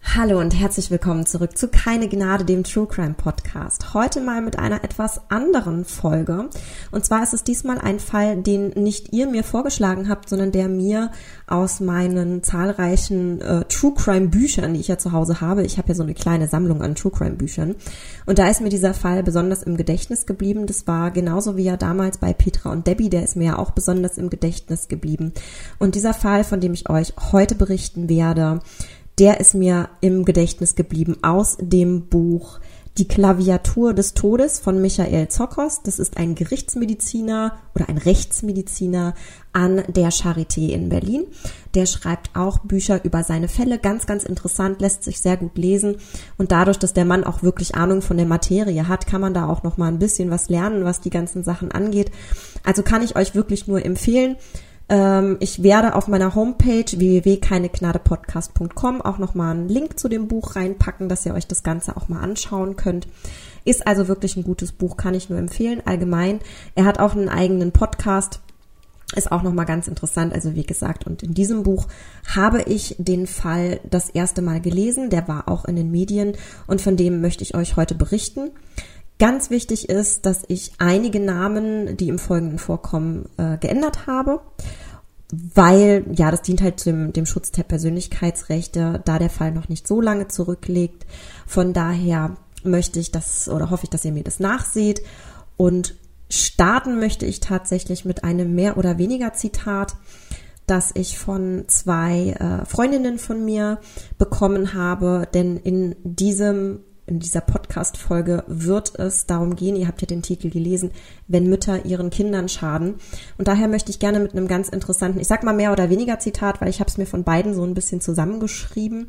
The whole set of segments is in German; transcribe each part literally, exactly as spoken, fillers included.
Hallo und herzlich willkommen zurück zu Keine Gnade, dem True Crime Podcast. Heute mal mit einer etwas anderen Folge. Und zwar ist es diesmal ein Fall, den nicht ihr mir vorgeschlagen habt, sondern der mir aus meinen zahlreichen äh, True Crime Büchern, die ich ja zu Hause habe. Ich habe ja so eine kleine Sammlung an True Crime Büchern. Und da ist mir dieser Fall besonders im Gedächtnis geblieben. Das war genauso wie ja damals bei Petra und Debbie, der ist mir ja auch besonders im Gedächtnis geblieben. Und dieser Fall, von dem ich euch heute berichten werde, der ist mir im Gedächtnis geblieben aus dem Buch Die Klaviatur des Todes von Michael Zokos. Das ist ein Gerichtsmediziner oder ein Rechtsmediziner an der Charité in Berlin. Der schreibt auch Bücher über seine Fälle. Ganz, ganz interessant, lässt sich sehr gut lesen. Und dadurch, dass der Mann auch wirklich Ahnung von der Materie hat, kann man da auch noch mal ein bisschen was lernen, was die ganzen Sachen angeht. Also kann ich euch wirklich nur empfehlen. Ich werde auf meiner Homepage w w w punkt keinegnadepodcast punkt com auch nochmal einen Link zu dem Buch reinpacken, dass ihr euch das Ganze auch mal anschauen könnt. Ist also wirklich ein gutes Buch, kann ich nur empfehlen, allgemein. Er hat auch einen eigenen Podcast, ist auch nochmal ganz interessant, also wie gesagt. Und in diesem Buch habe ich den Fall das erste Mal gelesen, der war auch in den Medien und von dem möchte ich euch heute berichten. Ganz wichtig ist, dass ich einige Namen, die im Folgenden vorkommen, äh, geändert habe, weil, ja, das dient halt dem, dem Schutz der Persönlichkeitsrechte, da der Fall noch nicht so lange zurückliegt. Von daher möchte ich das oder hoffe ich, dass ihr mir das nachseht. Und starten möchte ich tatsächlich mit einem mehr oder weniger Zitat, das ich von zwei äh, Freundinnen von mir bekommen habe, denn in diesem In dieser Podcast-Folge wird es darum gehen, ihr habt ja den Titel gelesen, wenn Mütter ihren Kindern schaden. Und daher möchte ich gerne mit einem ganz interessanten, ich sag mal mehr oder weniger Zitat, weil ich habe es mir von beiden so ein bisschen zusammengeschrieben,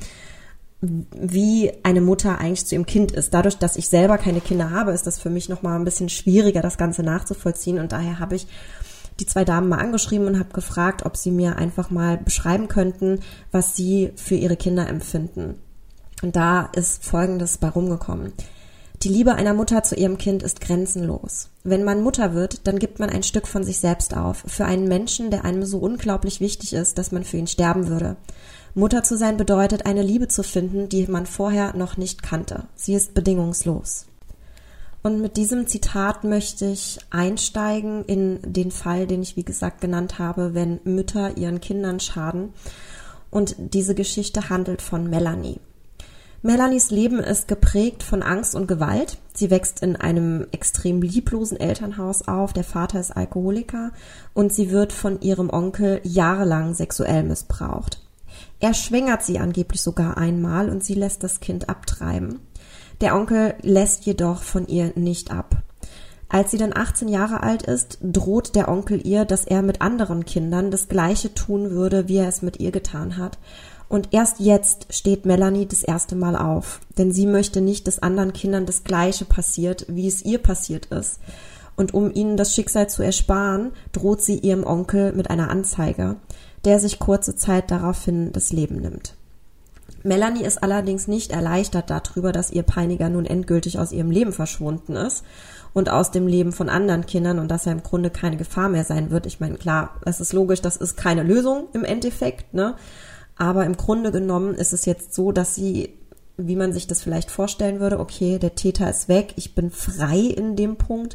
wie eine Mutter eigentlich zu ihrem Kind ist. Dadurch, dass ich selber keine Kinder habe, ist das für mich nochmal ein bisschen schwieriger, das Ganze nachzuvollziehen. Und daher habe ich die zwei Damen mal angeschrieben und habe gefragt, ob sie mir einfach mal beschreiben könnten, was sie für ihre Kinder empfinden. Und da ist Folgendes bei rumgekommen. Die Liebe einer Mutter zu ihrem Kind ist grenzenlos. Wenn man Mutter wird, dann gibt man ein Stück von sich selbst auf. Für einen Menschen, der einem so unglaublich wichtig ist, dass man für ihn sterben würde. Mutter zu sein bedeutet, eine Liebe zu finden, die man vorher noch nicht kannte. Sie ist bedingungslos. Und mit diesem Zitat möchte ich einsteigen in den Fall, den ich wie gesagt genannt habe, wenn Mütter ihren Kindern schaden. Und diese Geschichte handelt von Melanie. Melanies Leben ist geprägt von Angst und Gewalt. Sie wächst in einem extrem lieblosen Elternhaus auf. Der Vater ist Alkoholiker und sie wird von ihrem Onkel jahrelang sexuell missbraucht. Er schwängert sie angeblich sogar einmal und sie lässt das Kind abtreiben. Der Onkel lässt jedoch von ihr nicht ab. Als sie dann achtzehn Jahre alt ist, droht der Onkel ihr, dass er mit anderen Kindern das Gleiche tun würde, wie er es mit ihr getan hat. Und erst jetzt steht Melanie das erste Mal auf, denn sie möchte nicht, dass anderen Kindern das Gleiche passiert, wie es ihr passiert ist. Und um ihnen das Schicksal zu ersparen, droht sie ihrem Onkel mit einer Anzeige, der sich kurze Zeit daraufhin das Leben nimmt. Melanie ist allerdings nicht erleichtert darüber, dass ihr Peiniger nun endgültig aus ihrem Leben verschwunden ist und aus dem Leben von anderen Kindern und dass er im Grunde keine Gefahr mehr sein wird. Ich meine, klar, es ist logisch, das ist keine Lösung im Endeffekt, ne? Aber im Grunde genommen ist es jetzt so, dass sie, wie man sich das vielleicht vorstellen würde, okay, der Täter ist weg, ich bin frei in dem Punkt.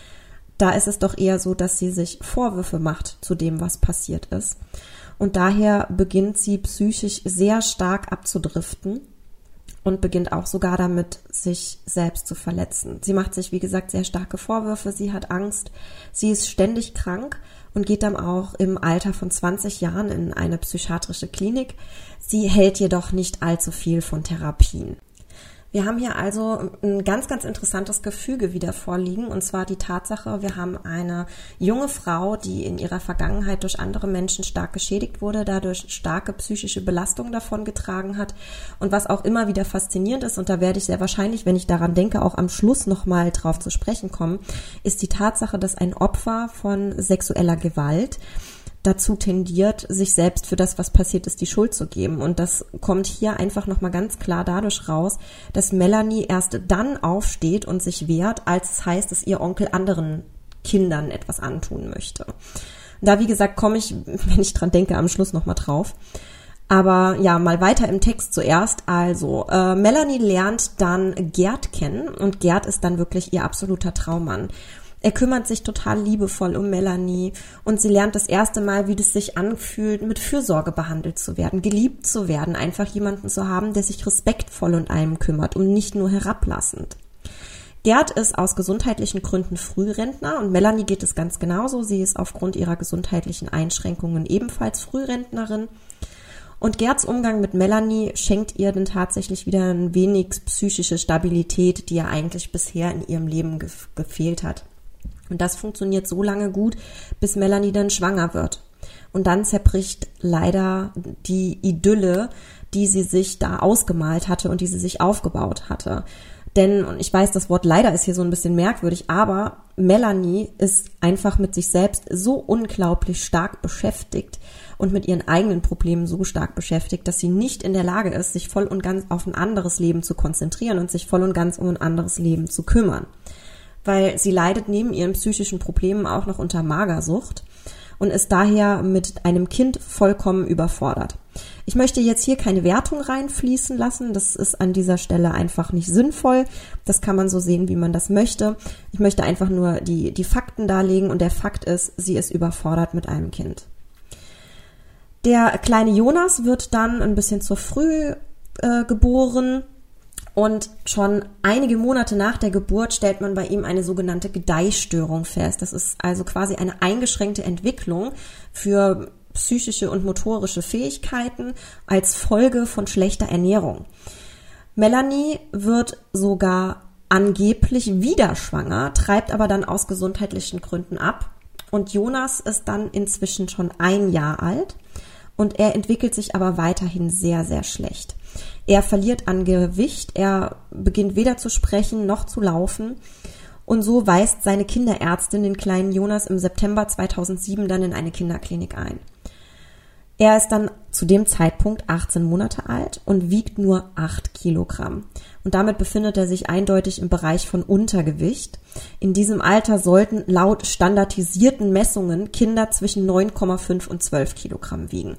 Da ist es doch eher so, dass sie sich Vorwürfe macht zu dem, was passiert ist. Und daher beginnt sie psychisch sehr stark abzudriften und beginnt auch sogar damit, sich selbst zu verletzen. Sie macht sich, wie gesagt, sehr starke Vorwürfe, sie hat Angst, sie ist ständig krank und geht dann auch im Alter von zwanzig Jahren in eine psychiatrische Klinik. Sie hält jedoch nicht allzu viel von Therapien. Wir haben hier also ein ganz, ganz interessantes Gefüge wieder vorliegen, und zwar die Tatsache, wir haben eine junge Frau, die in ihrer Vergangenheit durch andere Menschen stark geschädigt wurde, dadurch starke psychische Belastung davon getragen hat, und was auch immer wieder faszinierend ist, und da werde ich sehr wahrscheinlich, wenn ich daran denke, auch am Schluss nochmal drauf zu sprechen kommen, ist die Tatsache, dass ein Opfer von sexueller Gewalt dazu tendiert, sich selbst für das, was passiert ist, die Schuld zu geben. Und das kommt hier einfach nochmal ganz klar dadurch raus, dass Melanie erst dann aufsteht und sich wehrt, als es heißt, dass ihr Onkel anderen Kindern etwas antun möchte. Da, wie gesagt, komme ich, wenn ich dran denke, am Schluss nochmal drauf. Aber ja, mal weiter im Text zuerst. Also, äh, Melanie lernt dann Gerd kennen und Gerd ist dann wirklich ihr absoluter Traummann. Er kümmert sich total liebevoll um Melanie und sie lernt das erste Mal, wie das sich anfühlt, mit Fürsorge behandelt zu werden, geliebt zu werden, einfach jemanden zu haben, der sich respektvoll um einen kümmert und nicht nur herablassend. Gerd ist aus gesundheitlichen Gründen Frührentner und Melanie geht es ganz genauso. Sie ist aufgrund ihrer gesundheitlichen Einschränkungen ebenfalls Frührentnerin. Und Gerds Umgang mit Melanie schenkt ihr dann tatsächlich wieder ein wenig psychische Stabilität, die ja eigentlich bisher in ihrem Leben ge- gefehlt hat. Und das funktioniert so lange gut, bis Melanie dann schwanger wird. Und dann zerbricht leider die Idylle, die sie sich da ausgemalt hatte und die sie sich aufgebaut hatte. Denn, und ich weiß, das Wort leider ist hier so ein bisschen merkwürdig, aber Melanie ist einfach mit sich selbst so unglaublich stark beschäftigt und mit ihren eigenen Problemen so stark beschäftigt, dass sie nicht in der Lage ist, sich voll und ganz auf ein anderes Leben zu konzentrieren und sich voll und ganz um ein anderes Leben zu kümmern. Weil sie leidet neben ihren psychischen Problemen auch noch unter Magersucht und ist daher mit einem Kind vollkommen überfordert. Ich möchte jetzt hier keine Wertung reinfließen lassen, das ist an dieser Stelle einfach nicht sinnvoll. Das kann man so sehen, wie man das möchte. Ich möchte einfach nur die, die Fakten darlegen und der Fakt ist, sie ist überfordert mit einem Kind. Der kleine Jonas wird dann ein bisschen zu früh äh, geboren. Und schon einige Monate nach der Geburt stellt man bei ihm eine sogenannte Gedeihstörung fest. Das ist also quasi eine eingeschränkte Entwicklung für psychische und motorische Fähigkeiten als Folge von schlechter Ernährung. Melanie wird sogar angeblich wieder schwanger, treibt aber dann aus gesundheitlichen Gründen ab. Und Jonas ist dann inzwischen schon ein Jahr alt und er entwickelt sich aber weiterhin sehr, sehr schlecht. Er verliert an Gewicht, er beginnt weder zu sprechen noch zu laufen und so weist seine Kinderärztin den kleinen Jonas im September zweitausendsieben dann in eine Kinderklinik ein. Er ist dann zu dem Zeitpunkt achtzehn Monate alt und wiegt nur acht Kilogramm. Und damit befindet er sich eindeutig im Bereich von Untergewicht. In diesem Alter sollten laut standardisierten Messungen Kinder zwischen neun Komma fünf und zwölf Kilogramm wiegen.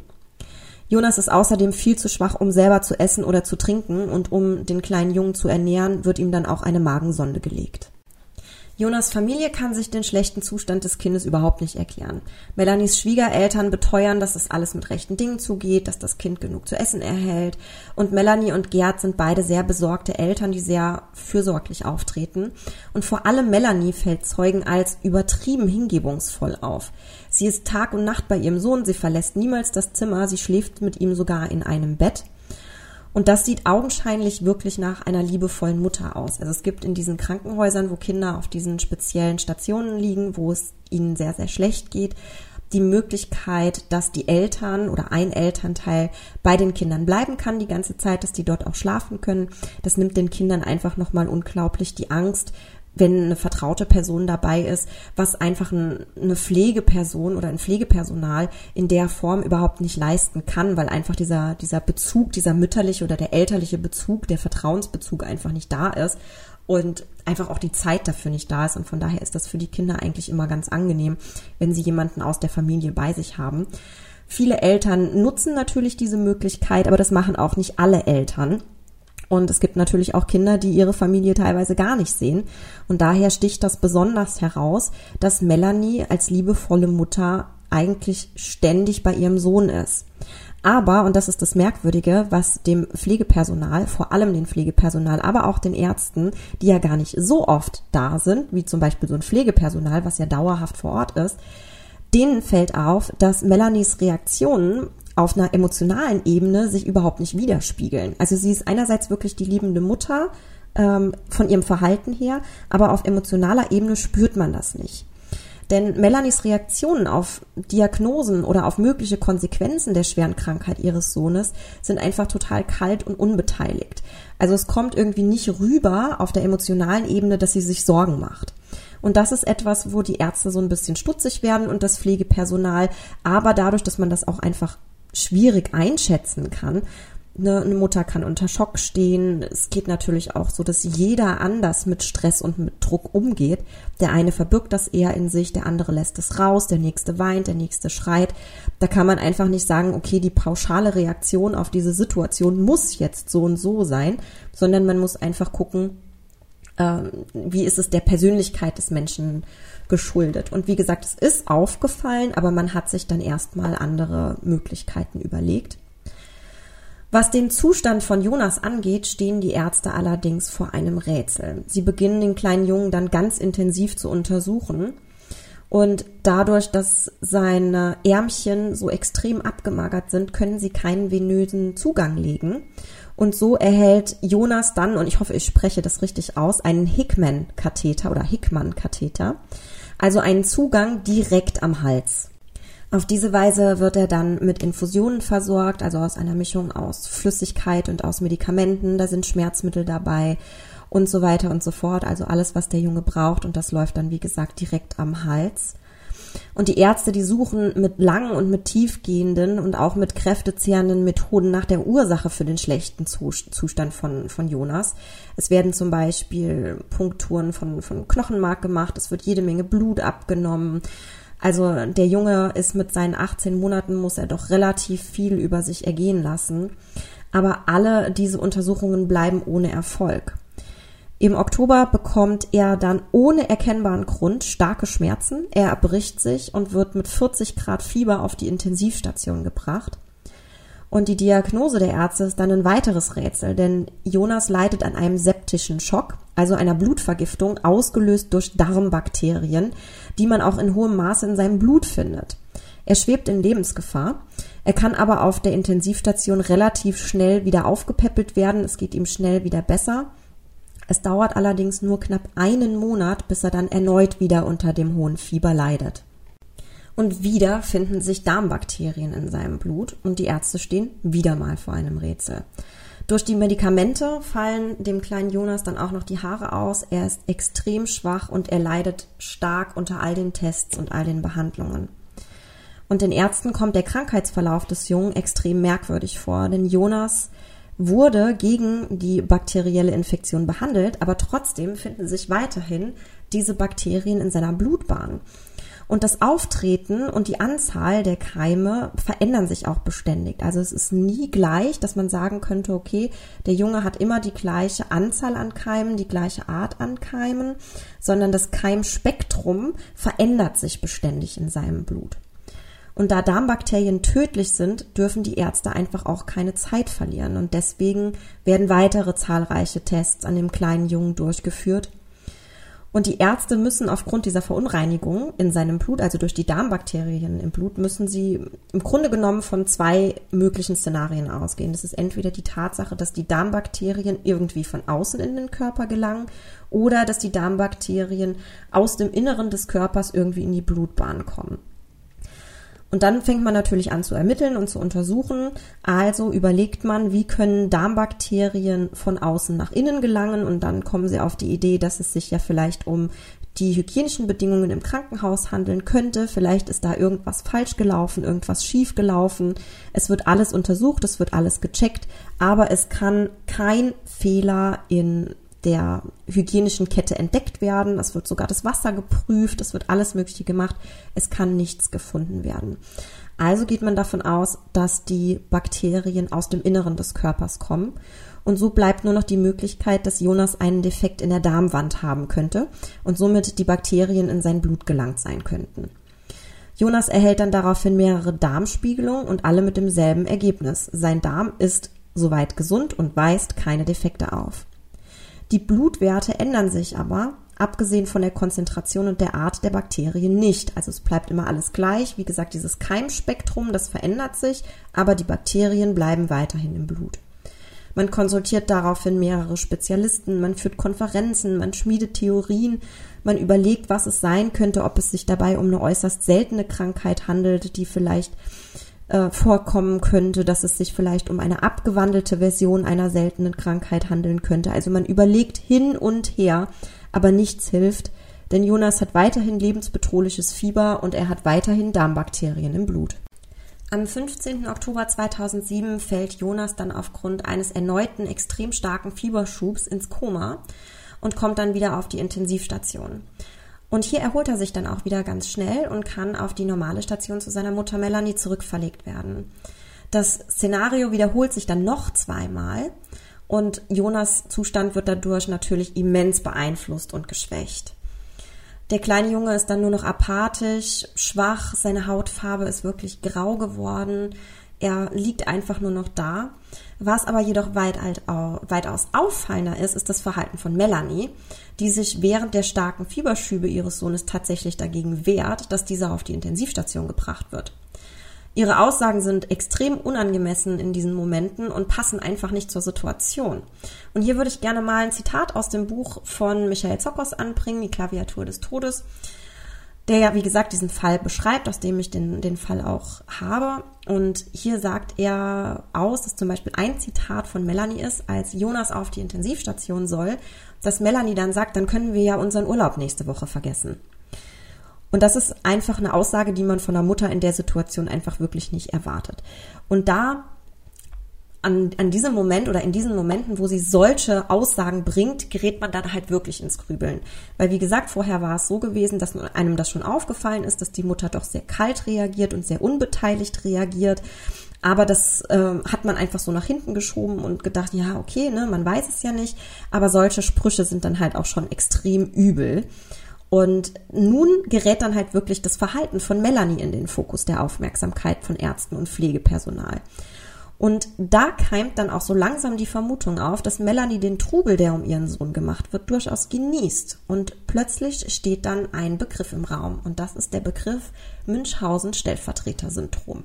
Jonas ist außerdem viel zu schwach, um selber zu essen oder zu trinken und um den kleinen Jungen zu ernähren, wird ihm dann auch eine Magensonde gelegt. Jonas' Familie kann sich den schlechten Zustand des Kindes überhaupt nicht erklären. Melanies Schwiegereltern beteuern, dass das alles mit rechten Dingen zugeht, dass das Kind genug zu essen erhält. Und Melanie und Gerd sind beide sehr besorgte Eltern, die sehr fürsorglich auftreten. Und vor allem Melanie fällt Zeugen als übertrieben hingebungsvoll auf. Sie ist Tag und Nacht bei ihrem Sohn, sie verlässt niemals das Zimmer, sie schläft mit ihm sogar in einem Bett. Und das sieht augenscheinlich wirklich nach einer liebevollen Mutter aus. Also es gibt in diesen Krankenhäusern, wo Kinder auf diesen speziellen Stationen liegen, wo es ihnen sehr, sehr schlecht geht, die Möglichkeit, dass die Eltern oder ein Elternteil bei den Kindern bleiben kann die ganze Zeit, dass die dort auch schlafen können. Das nimmt den Kindern einfach nochmal unglaublich die Angst, wenn eine vertraute Person dabei ist, was einfach eine Pflegeperson oder ein Pflegepersonal in der Form überhaupt nicht leisten kann, weil einfach dieser, dieser Bezug, dieser mütterliche oder der elterliche Bezug, der Vertrauensbezug einfach nicht da ist und einfach auch die Zeit dafür nicht da ist. Und von daher ist das für die Kinder eigentlich immer ganz angenehm, wenn sie jemanden aus der Familie bei sich haben. Viele Eltern nutzen natürlich diese Möglichkeit, aber das machen auch nicht alle Eltern. Und es gibt natürlich auch Kinder, die ihre Familie teilweise gar nicht sehen. Und daher sticht das besonders heraus, dass Melanie als liebevolle Mutter eigentlich ständig bei ihrem Sohn ist. Aber, und das ist das Merkwürdige, was dem Pflegepersonal, vor allem dem Pflegepersonal, aber auch den Ärzten, die ja gar nicht so oft da sind, wie zum Beispiel so ein Pflegepersonal, was ja dauerhaft vor Ort ist, denen fällt auf, dass Melanies Reaktionen auf einer emotionalen Ebene sich überhaupt nicht widerspiegeln. Also sie ist einerseits wirklich die liebende Mutter ähm, von ihrem Verhalten her, aber auf emotionaler Ebene spürt man das nicht. Denn Melanies Reaktionen auf Diagnosen oder auf mögliche Konsequenzen der schweren Krankheit ihres Sohnes sind einfach total kalt und unbeteiligt. Also es kommt irgendwie nicht rüber auf der emotionalen Ebene, dass sie sich Sorgen macht. Und das ist etwas, wo die Ärzte so ein bisschen stutzig werden und das Pflegepersonal, aber dadurch, dass man das auch einfach schwierig einschätzen kann, Eine Mutter kann unter Schock stehen. Es geht natürlich auch so, dass jeder anders mit Stress und mit Druck umgeht. Der eine verbirgt das eher in sich, der andere lässt es raus, der nächste weint, der nächste schreit. Da kann man einfach nicht sagen, okay, die pauschale Reaktion auf diese Situation muss jetzt so und so sein, sondern man muss einfach gucken, äh, wie ist es der Persönlichkeit des Menschen geschuldet. Und wie gesagt, es ist aufgefallen, aber man hat sich dann erstmal andere Möglichkeiten überlegt. Was den Zustand von Jonas angeht, stehen die Ärzte allerdings vor einem Rätsel. Sie beginnen den kleinen Jungen dann ganz intensiv zu untersuchen und dadurch, dass seine Ärmchen so extrem abgemagert sind, können sie keinen venösen Zugang legen. Und so erhält Jonas dann, und ich hoffe, ich spreche das richtig aus, einen Hickman-Katheter oder Hickman-Katheter, also einen Zugang direkt am Hals. Auf diese Weise wird er dann mit Infusionen versorgt, also aus einer Mischung aus Flüssigkeit und aus Medikamenten. Da sind Schmerzmittel dabei und so weiter und so fort. Also alles, was der Junge braucht, und das läuft dann, wie gesagt, direkt am Hals. Und die Ärzte, die suchen mit langen und mit tiefgehenden und auch mit kräftezehrenden Methoden nach der Ursache für den schlechten Zustand von, von Jonas. Es werden zum Beispiel Punkturen von, von Knochenmark gemacht, es wird jede Menge Blut abgenommen. Also der Junge ist mit seinen achtzehn Monaten, muss er doch relativ viel über sich ergehen lassen. Aber alle diese Untersuchungen bleiben ohne Erfolg. Im Oktober bekommt er dann ohne erkennbaren Grund starke Schmerzen. Er erbricht sich und wird mit vierzig Grad Fieber auf die Intensivstation gebracht. Und die Diagnose der Ärzte ist dann ein weiteres Rätsel, denn Jonas leidet an einem septischen Schock, also einer Blutvergiftung, ausgelöst durch Darmbakterien, die man auch in hohem Maße in seinem Blut findet. Er schwebt in Lebensgefahr. Er kann aber auf der Intensivstation relativ schnell wieder aufgepäppelt werden. Es geht ihm schnell wieder besser. Es dauert allerdings nur knapp einen Monat, bis er dann erneut wieder unter dem hohen Fieber leidet. Und wieder finden sich Darmbakterien in seinem Blut und die Ärzte stehen wieder mal vor einem Rätsel. Durch die Medikamente fallen dem kleinen Jonas dann auch noch die Haare aus. Er ist extrem schwach und er leidet stark unter all den Tests und all den Behandlungen. Und den Ärzten kommt der Krankheitsverlauf des Jungen extrem merkwürdig vor, denn Jonas wurde gegen die bakterielle Infektion behandelt, aber trotzdem finden sich weiterhin diese Bakterien in seiner Blutbahn. Und das Auftreten und die Anzahl der Keime verändern sich auch beständig. Also es ist nie gleich, dass man sagen könnte, okay, der Junge hat immer die gleiche Anzahl an Keimen, die gleiche Art an Keimen, sondern das Keimspektrum verändert sich beständig in seinem Blut. Und da Darmbakterien tödlich sind, dürfen die Ärzte einfach auch keine Zeit verlieren. Und deswegen werden weitere zahlreiche Tests an dem kleinen Jungen durchgeführt. Und die Ärzte müssen aufgrund dieser Verunreinigung in seinem Blut, also durch die Darmbakterien im Blut, müssen sie im Grunde genommen von zwei möglichen Szenarien ausgehen. Das ist entweder die Tatsache, dass die Darmbakterien irgendwie von außen in den Körper gelangen oder dass die Darmbakterien aus dem Inneren des Körpers irgendwie in die Blutbahn kommen. Und dann fängt man natürlich an zu ermitteln und zu untersuchen. Also überlegt man, wie können Darmbakterien von außen nach innen gelangen, und dann kommen sie auf die Idee, dass es sich ja vielleicht um die hygienischen Bedingungen im Krankenhaus handeln könnte. Vielleicht ist da irgendwas falsch gelaufen, irgendwas schief gelaufen. Es wird alles untersucht, es wird alles gecheckt, aber es kann kein Fehler in der hygienischen Kette entdeckt werden. Es wird sogar das Wasser geprüft, es wird alles Mögliche gemacht. Es kann nichts gefunden werden. Also geht man davon aus, dass die Bakterien aus dem Inneren des Körpers kommen. Und so bleibt nur noch die Möglichkeit, dass Jonas einen Defekt in der Darmwand haben könnte und somit die Bakterien in sein Blut gelangt sein könnten. Jonas erhält dann daraufhin mehrere Darmspiegelungen und alle mit demselben Ergebnis. Sein Darm ist soweit gesund und weist keine Defekte auf. Die Blutwerte ändern sich aber, abgesehen von der Konzentration und der Art der Bakterien, nicht. Also es bleibt immer alles gleich. Wie gesagt, dieses Keimspektrum, das verändert sich, aber die Bakterien bleiben weiterhin im Blut. Man konsultiert daraufhin mehrere Spezialisten, man führt Konferenzen, man schmiedet Theorien, man überlegt, was es sein könnte, ob es sich dabei um eine äußerst seltene Krankheit handelt, die vielleicht äh, vorkommen könnte, dass es sich vielleicht um eine abgewandelte Version einer seltenen Krankheit handeln könnte. Also man überlegt hin und her, aber nichts hilft, denn Jonas hat weiterhin lebensbedrohliches Fieber und er hat weiterhin Darmbakterien im Blut. Am fünfzehnten Oktober zweitausendsieben fällt Jonas dann aufgrund eines erneuten extrem starken Fieberschubs ins Koma und kommt dann wieder auf die Intensivstation. Und hier erholt er sich dann auch wieder ganz schnell und kann auf die normale Station zu seiner Mutter Melanie zurückverlegt werden. Das Szenario wiederholt sich dann noch zweimal und Jonas' Zustand wird dadurch natürlich immens beeinflusst und geschwächt. Der kleine Junge ist dann nur noch apathisch, schwach, seine Hautfarbe ist wirklich grau geworden, er liegt einfach nur noch da. Was aber jedoch weit, weitaus auffallender ist, ist das Verhalten von Melanie, die sich während der starken Fieberschübe ihres Sohnes tatsächlich dagegen wehrt, dass dieser auf die Intensivstation gebracht wird. Ihre Aussagen sind extrem unangemessen in diesen Momenten und passen einfach nicht zur Situation. Und hier würde ich gerne mal ein Zitat aus dem Buch von Michael Zokos anbringen, Die Klaviatur des Todes, der ja, wie gesagt, diesen Fall beschreibt, aus dem ich den, den Fall auch habe. Und hier sagt er aus, dass zum Beispiel ein Zitat von Melanie ist, als Jonas auf die Intensivstation soll, dass Melanie dann sagt, dann können wir ja unseren Urlaub nächste Woche vergessen. Und das ist einfach eine Aussage, die man von der Mutter in der Situation einfach wirklich nicht erwartet. Und da an, an diesem Moment oder in diesen Momenten, wo sie solche Aussagen bringt, gerät man dann halt wirklich ins Grübeln. Weil wie gesagt, vorher war es so gewesen, dass einem das schon aufgefallen ist, dass die Mutter doch sehr kalt reagiert und sehr unbeteiligt reagiert. Aber das äh, hat man einfach so nach hinten geschoben und gedacht, ja, okay, ne, man weiß es ja nicht. Aber solche Sprüche sind dann halt auch schon extrem übel. Und nun gerät dann halt wirklich das Verhalten von Melanie in den Fokus der Aufmerksamkeit von Ärzten und Pflegepersonal. Und da keimt dann auch so langsam die Vermutung auf, dass Melanie den Trubel, der um ihren Sohn gemacht wird, durchaus genießt. Und plötzlich steht dann ein Begriff im Raum. Und das ist der Begriff Münchhausen-Stellvertreter-Syndrom.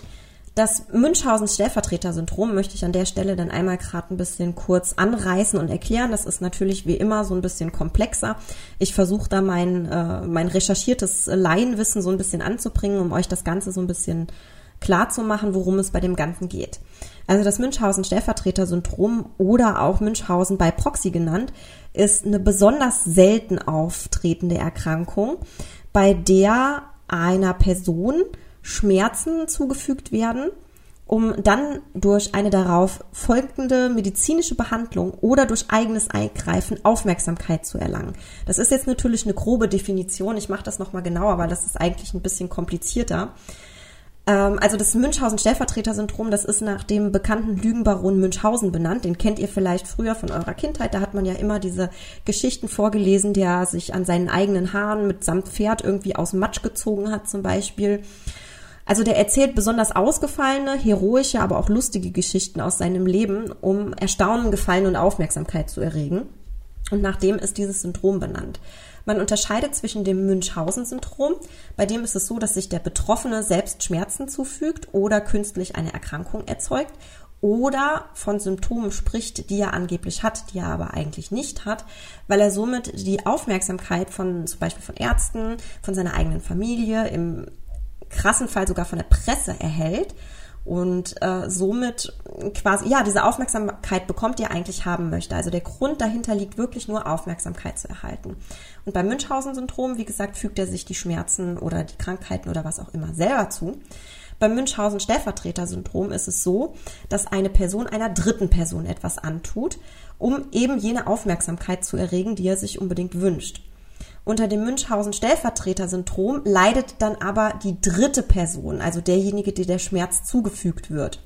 Das Münchhausen-Stellvertreter-Syndrom möchte ich an der Stelle dann einmal gerade ein bisschen kurz anreißen und erklären. Das ist natürlich wie immer so ein bisschen komplexer. Ich versuche da mein, äh, mein recherchiertes Laienwissen so ein bisschen anzubringen, um euch das Ganze so ein bisschen klar zu machen, worum es bei dem Ganzen geht. Also das Münchhausen-Stellvertreter-Syndrom oder auch Münchhausen by Proxy genannt, ist eine besonders selten auftretende Erkrankung, bei der einer Person Schmerzen zugefügt werden, um dann durch eine darauf folgende medizinische Behandlung oder durch eigenes Eingreifen Aufmerksamkeit zu erlangen. Das ist jetzt natürlich eine grobe Definition, ich mache das nochmal genauer, weil das ist eigentlich ein bisschen komplizierter. Ähm, also das Münchhausen-Stellvertreter-Syndrom, das ist nach dem bekannten Lügenbaron Münchhausen benannt. Den kennt ihr vielleicht früher von eurer Kindheit. Da hat man ja immer diese Geschichten vorgelesen, der sich an seinen eigenen Haaren mitsamt Pferd irgendwie aus dem Matsch gezogen hat zum Beispiel. Also der erzählt besonders ausgefallene, heroische, aber auch lustige Geschichten aus seinem Leben, um Erstaunen, Gefallen und Aufmerksamkeit zu erregen. Und nach dem ist dieses Syndrom benannt. Man unterscheidet zwischen dem Münchhausen-Syndrom, bei dem ist es so, dass sich der Betroffene selbst Schmerzen zufügt oder künstlich eine Erkrankung erzeugt oder von Symptomen spricht, die er angeblich hat, die er aber eigentlich nicht hat, weil er somit die Aufmerksamkeit von zum Beispiel von Ärzten, von seiner eigenen Familie, im krassen Fall sogar von der Presse erhält und äh, somit quasi, ja, diese Aufmerksamkeit bekommt, die er eigentlich haben möchte. Also der Grund dahinter liegt wirklich nur, Aufmerksamkeit zu erhalten. Und beim Münchhausen-Syndrom, wie gesagt, fügt er sich die Schmerzen oder die Krankheiten oder was auch immer selber zu. Beim Münchhausen-Stellvertreter-Syndrom ist es so, dass eine Person einer dritten Person etwas antut, um eben jene Aufmerksamkeit zu erregen, die er sich unbedingt wünscht. Unter dem Münchhausen-Stellvertreter-Syndrom leidet dann aber die dritte Person, also derjenige, der der Schmerz zugefügt wird.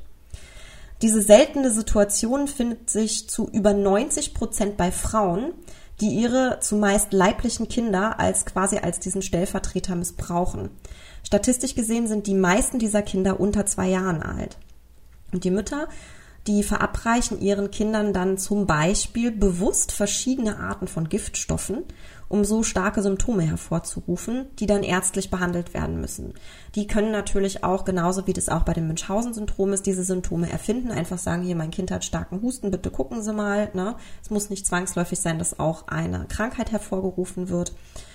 Diese seltene Situation findet sich zu über neunzig Prozent bei Frauen, die ihre zumeist leiblichen Kinder als quasi als diesen Stellvertreter missbrauchen. Statistisch gesehen sind die meisten dieser Kinder unter zwei Jahren alt. Und die Mütter, die verabreichen ihren Kindern dann zum Beispiel bewusst verschiedene Arten von Giftstoffen, um so starke Symptome hervorzurufen, die dann ärztlich behandelt werden müssen. Die können natürlich auch, genauso wie das auch bei dem Münchhausen-Syndrom ist, diese Symptome erfinden. Einfach sagen, hier, mein Kind hat starken Husten, bitte gucken Sie mal. Ne? Es muss nicht zwangsläufig sein, dass auch eine Krankheit hervorgerufen wird.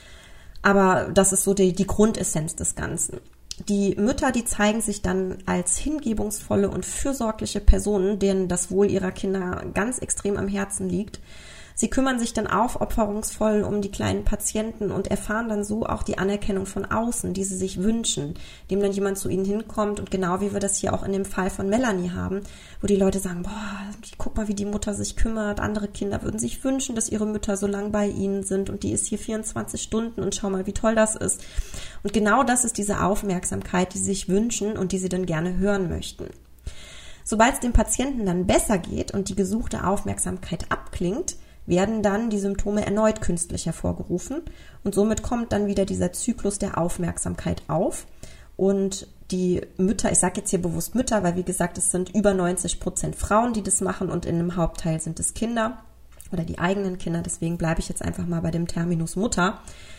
Aber das ist so die, die Grundessenz des Ganzen. Die Mütter, die zeigen sich dann als hingebungsvolle und fürsorgliche Personen, denen das Wohl ihrer Kinder ganz extrem am Herzen liegt. Sie kümmern sich dann aufopferungsvoll um die kleinen Patienten und erfahren dann so auch die Anerkennung von außen, die sie sich wünschen, indem dann jemand zu ihnen hinkommt und genau wie wir das hier auch in dem Fall von Melanie haben, wo die Leute sagen, boah, guck mal, wie die Mutter sich kümmert, andere Kinder würden sich wünschen, dass ihre Mütter so lang bei ihnen sind und die ist hier vierundzwanzig Stunden und schau mal, wie toll das ist. Und genau das ist diese Aufmerksamkeit, die sie sich wünschen und die sie dann gerne hören möchten. Sobald es dem Patienten dann besser geht und die gesuchte Aufmerksamkeit abklingt, werden dann die Symptome erneut künstlich hervorgerufen und somit kommt dann wieder dieser Zyklus der Aufmerksamkeit auf und die Mütter, ich sage jetzt hier bewusst Mütter, weil wie gesagt, es sind über neunzig Prozent Frauen, die das machen und in einem Hauptteil sind es Kinder oder die eigenen Kinder, deswegen bleibe ich jetzt einfach mal bei dem Terminus Mutter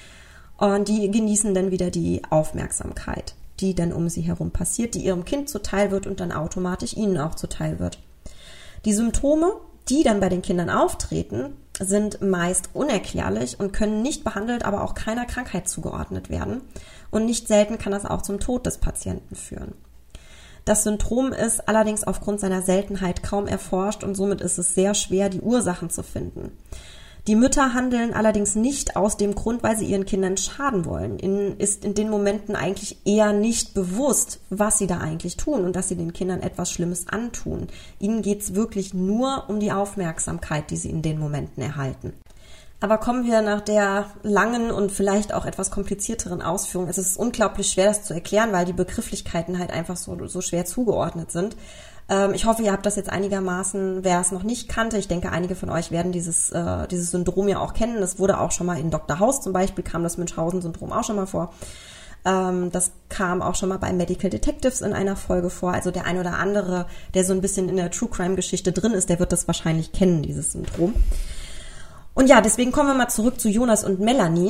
und die genießen dann wieder die Aufmerksamkeit, die dann um sie herum passiert, die ihrem Kind zuteil wird und dann automatisch ihnen auch zuteil wird. Die Symptome, die dann bei den Kindern auftreten, sind meist unerklärlich und können nicht behandelt, aber auch keiner Krankheit zugeordnet werden. Und nicht selten kann das auch zum Tod des Patienten führen. Das Syndrom ist allerdings aufgrund seiner Seltenheit kaum erforscht und somit ist es sehr schwer, die Ursachen zu finden. Die Mütter handeln allerdings nicht aus dem Grund, weil sie ihren Kindern schaden wollen. Ihnen ist in den Momenten eigentlich eher nicht bewusst, was sie da eigentlich tun und dass sie den Kindern etwas Schlimmes antun. Ihnen geht's wirklich nur um die Aufmerksamkeit, die sie in den Momenten erhalten. Aber kommen wir nach der langen und vielleicht auch etwas komplizierteren Ausführung. Es ist unglaublich schwer, das zu erklären, weil die Begrifflichkeiten halt einfach so, so schwer zugeordnet sind. Ich hoffe, ihr habt das jetzt einigermaßen, wer es noch nicht kannte, ich denke, einige von euch werden dieses äh, dieses Syndrom ja auch kennen. Das wurde auch schon mal in Doktor House zum Beispiel, kam das Münchhausen-Syndrom auch schon mal vor. Ähm, das kam auch schon mal bei Medical Detectives in einer Folge vor. Also der ein oder andere, der so ein bisschen in der True-Crime-Geschichte drin ist, der wird das wahrscheinlich kennen, dieses Syndrom. Und ja, deswegen kommen wir mal zurück zu Jonas und Melanie.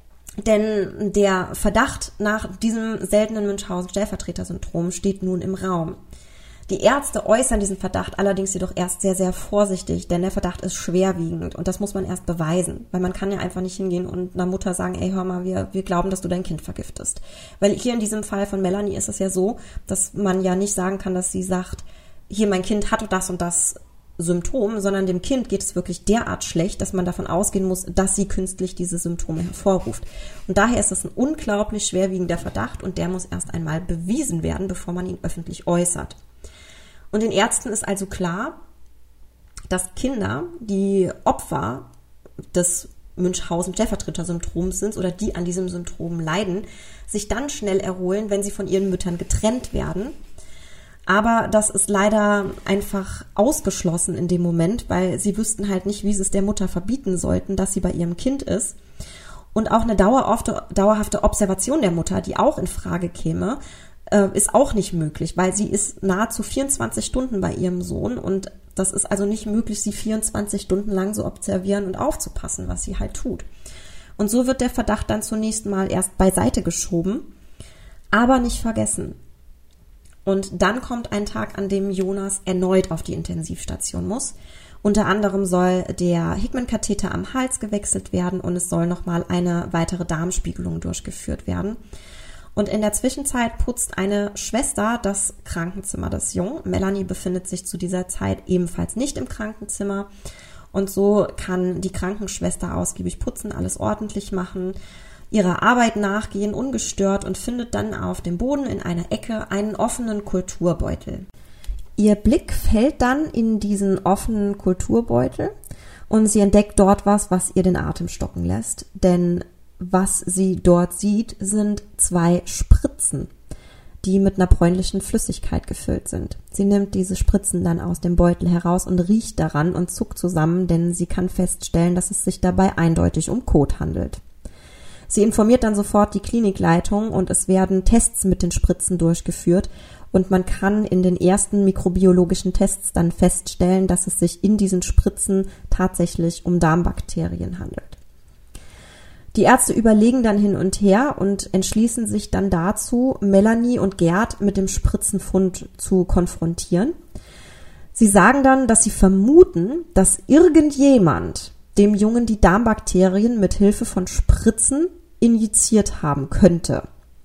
Denn der Verdacht nach diesem seltenen Münchhausen-Stellvertreter-Syndrom steht nun im Raum. Die Ärzte äußern diesen Verdacht allerdings jedoch erst sehr, sehr vorsichtig, denn der Verdacht ist schwerwiegend und das muss man erst beweisen, weil man kann ja einfach nicht hingehen und einer Mutter sagen, ey, hör mal, wir, wir glauben, dass du dein Kind vergiftest. Weil hier in diesem Fall von Melanie ist es ja so, dass man ja nicht sagen kann, dass sie sagt, hier, mein Kind hatte das und das Symptom, sondern dem Kind geht es wirklich derart schlecht, dass man davon ausgehen muss, dass sie künstlich diese Symptome hervorruft. Und daher ist es ein unglaublich schwerwiegender Verdacht und der muss erst einmal bewiesen werden, bevor man ihn öffentlich äußert. Und den Ärzten ist also klar, dass Kinder, die Opfer des Münchhausen-Stellvertreter-Syndroms sind oder die an diesem Syndrom leiden, sich dann schnell erholen, wenn sie von ihren Müttern getrennt werden. Aber das ist leider einfach ausgeschlossen in dem Moment, weil sie wüssten halt nicht, wie sie es der Mutter verbieten sollten, dass sie bei ihrem Kind ist. Und auch eine dauerhafte, dauerhafte Observation der Mutter, die auch in Frage käme, ist auch nicht möglich, weil sie ist nahezu vierundzwanzig Stunden bei ihrem Sohn und das ist also nicht möglich, sie vierundzwanzig Stunden lang so observieren und aufzupassen, was sie halt tut. Und so wird der Verdacht dann zunächst mal erst beiseite geschoben, aber nicht vergessen. Und dann kommt ein Tag, an dem Jonas erneut auf die Intensivstation muss. Unter anderem soll der Hickman-Katheter am Hals gewechselt werden und es soll nochmal eine weitere Darmspiegelung durchgeführt werden. Und in der Zwischenzeit putzt eine Schwester das Krankenzimmer des Jungen. Melanie befindet sich zu dieser Zeit ebenfalls nicht im Krankenzimmer. Und so kann die Krankenschwester ausgiebig putzen, alles ordentlich machen, ihrer Arbeit nachgehen, ungestört und findet dann auf dem Boden in einer Ecke einen offenen Kulturbeutel. Ihr Blick fällt dann in diesen offenen Kulturbeutel und sie entdeckt dort was, was ihr den Atem stocken lässt. Denn was sie dort sieht, sind zwei Spritzen, die mit einer bräunlichen Flüssigkeit gefüllt sind. Sie nimmt diese Spritzen dann aus dem Beutel heraus und riecht daran und zuckt zusammen, denn sie kann feststellen, dass es sich dabei eindeutig um Kot handelt. Sie informiert dann sofort die Klinikleitung und es werden Tests mit den Spritzen durchgeführt und man kann in den ersten mikrobiologischen Tests dann feststellen, dass es sich in diesen Spritzen tatsächlich um Darmbakterien handelt. Die Ärzte überlegen dann hin und her und entschließen sich dann dazu, Melanie und Gerd mit dem Spritzenfund zu konfrontieren. Sie sagen dann, dass sie vermuten, dass irgendjemand dem Jungen die Darmbakterien mit Hilfe von Spritzen injiziert haben könnte.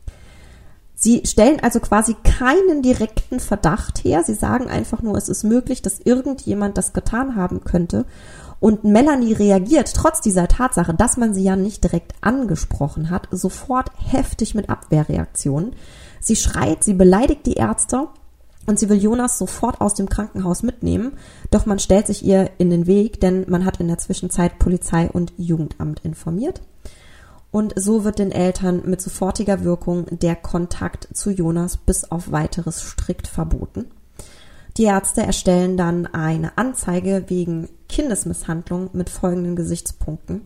Sie stellen also quasi keinen direkten Verdacht her. Sie sagen einfach nur, es ist möglich, dass irgendjemand das getan haben könnte. Und Melanie reagiert trotz dieser Tatsache, dass man sie ja nicht direkt angesprochen hat, sofort heftig mit Abwehrreaktionen. Sie schreit, sie beleidigt die Ärzte und sie will Jonas sofort aus dem Krankenhaus mitnehmen. Doch man stellt sich ihr in den Weg, denn man hat in der Zwischenzeit Polizei und Jugendamt informiert. Und so wird den Eltern mit sofortiger Wirkung der Kontakt zu Jonas bis auf weiteres strikt verboten. Die Ärzte erstellen dann eine Anzeige wegen Kindesmisshandlung mit folgenden Gesichtspunkten.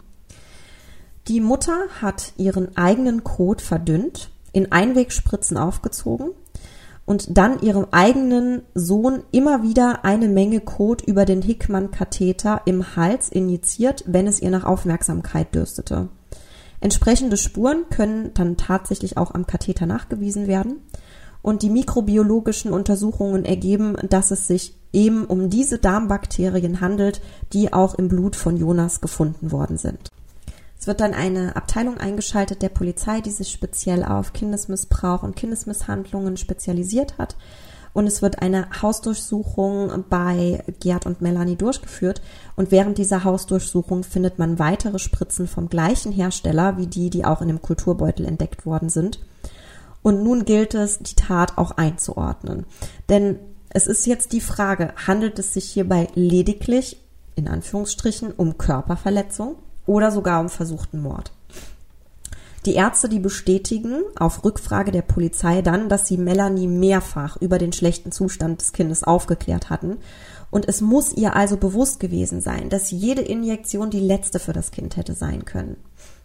Die Mutter hat ihren eigenen Kot verdünnt, in Einwegspritzen aufgezogen und dann ihrem eigenen Sohn immer wieder eine Menge Kot über den Hickmann-Katheter im Hals injiziert, wenn es ihr nach Aufmerksamkeit dürstete. Entsprechende Spuren können dann tatsächlich auch am Katheter nachgewiesen werden. Und die mikrobiologischen Untersuchungen ergeben, dass es sich eben um diese Darmbakterien handelt, die auch im Blut von Jonas gefunden worden sind. Es wird dann eine Abteilung eingeschaltet der Polizei, die sich speziell auf Kindesmissbrauch und Kindesmisshandlungen spezialisiert hat. Und es wird eine Hausdurchsuchung bei Gerd und Melanie durchgeführt. Und während dieser Hausdurchsuchung findet man weitere Spritzen vom gleichen Hersteller wie die, die auch in dem Kulturbeutel entdeckt worden sind. Und nun gilt es, die Tat auch einzuordnen. Denn es ist jetzt die Frage, handelt es sich hierbei lediglich, in Anführungsstrichen, um Körperverletzung oder sogar um versuchten Mord? Die Ärzte, die bestätigen auf Rückfrage der Polizei dann, dass sie Melanie mehrfach über den schlechten Zustand des Kindes aufgeklärt hatten. Und es muss ihr also bewusst gewesen sein, dass jede Injektion die letzte für das Kind hätte sein können.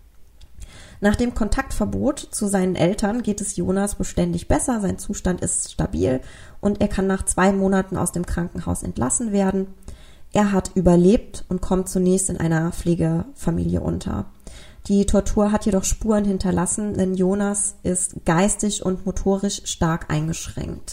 Nach dem Kontaktverbot zu seinen Eltern geht es Jonas beständig besser, sein Zustand ist stabil und er kann nach zwei Monaten aus dem Krankenhaus entlassen werden. Er hat überlebt und kommt zunächst in einer Pflegefamilie unter. Die Tortur hat jedoch Spuren hinterlassen, denn Jonas ist geistig und motorisch stark eingeschränkt.